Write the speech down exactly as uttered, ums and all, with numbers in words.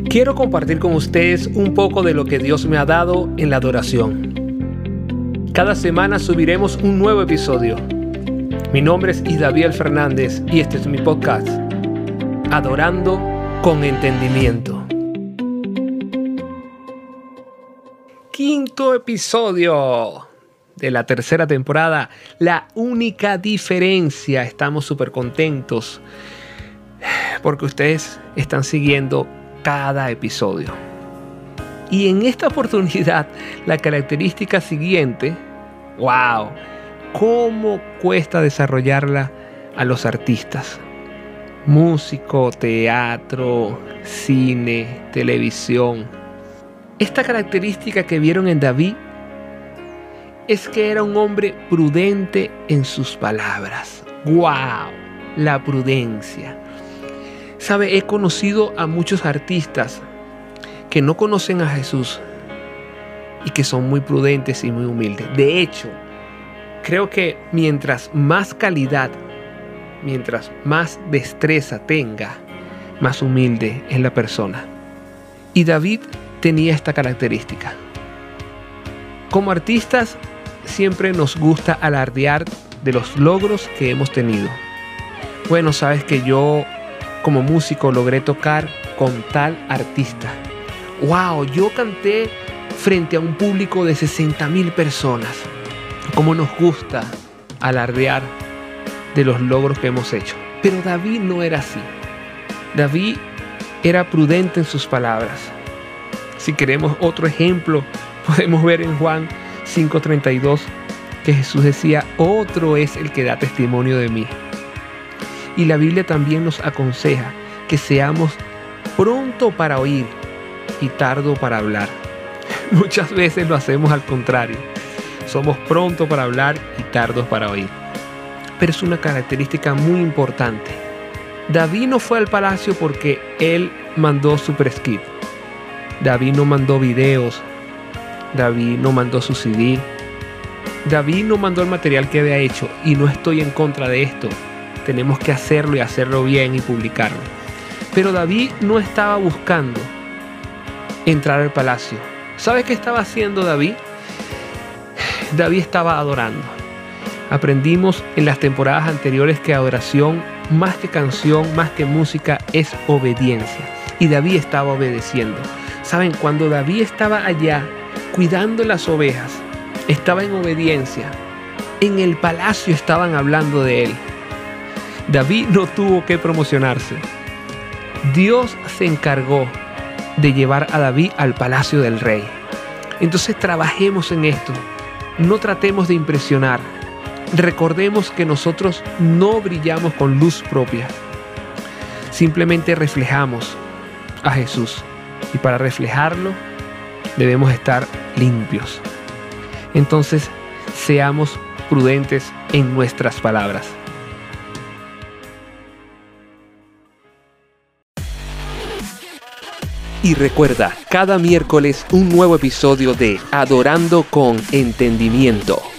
Quiero compartir con ustedes un poco de lo que Dios me ha dado en la adoración. Cada semana subiremos un nuevo episodio. Mi nombre es Isdaviel Fernández y este es mi podcast, Adorando con Entendimiento. Quinto episodio de la tercera temporada. La única diferencia, estamos súper contentos porque ustedes están siguiendo cada episodio. Y en esta oportunidad, la característica siguiente, wow, cómo cuesta desarrollarla a los artistas. Músico, teatro, cine, televisión. Esta característica que vieron en David es que era un hombre prudente en sus palabras. ¡Wow! La prudencia. Sabe, he conocido a muchos artistas que no conocen a Jesús y que son muy prudentes y muy humildes. De hecho, creo que mientras más calidad, mientras más destreza tenga, más humilde es la persona. Y David tenía esta característica. Como artistas, siempre nos gusta alardear de los logros que hemos tenido. Bueno, sabes que yo como músico logré tocar con tal artista. ¡Wow! Yo canté frente a un público de sesenta mil personas. Cómo nos gusta alardear de los logros que hemos hecho. Pero David no era así. David era prudente en sus palabras. Si queremos otro ejemplo, podemos ver en Juan cinco treinta y dos que Jesús decía: otro es el que da testimonio de mí. Y la Biblia también nos aconseja que seamos pronto para oír y tardo para hablar. Muchas veces lo hacemos al contrario. Somos pronto para hablar y tardos para oír. Pero es una característica muy importante. David no fue al palacio porque él mandó su press kit. David no mandó videos. David no mandó su C D. David no mandó el material que había hecho. Y no estoy en contra de esto. Tenemos que hacerlo y hacerlo bien y publicarlo. Pero David no estaba buscando entrar al palacio. ¿Sabe qué estaba haciendo David? David estaba adorando. Aprendimos en las temporadas anteriores que adoración, más que canción, más que música, es obediencia. Y David estaba obedeciendo. ¿Saben? Cuando David estaba allá cuidando las ovejas, estaba en obediencia. En el palacio estaban hablando de él. David no tuvo que promocionarse. Dios se encargó de llevar a David al palacio del rey. Entonces trabajemos en esto. No tratemos de impresionar. Recordemos que nosotros no brillamos con luz propia. Simplemente reflejamos a Jesús. Y para reflejarlo, debemos estar limpios. Entonces, seamos prudentes en nuestras palabras. Y recuerda, cada miércoles un nuevo episodio de Adorando con Entendimiento.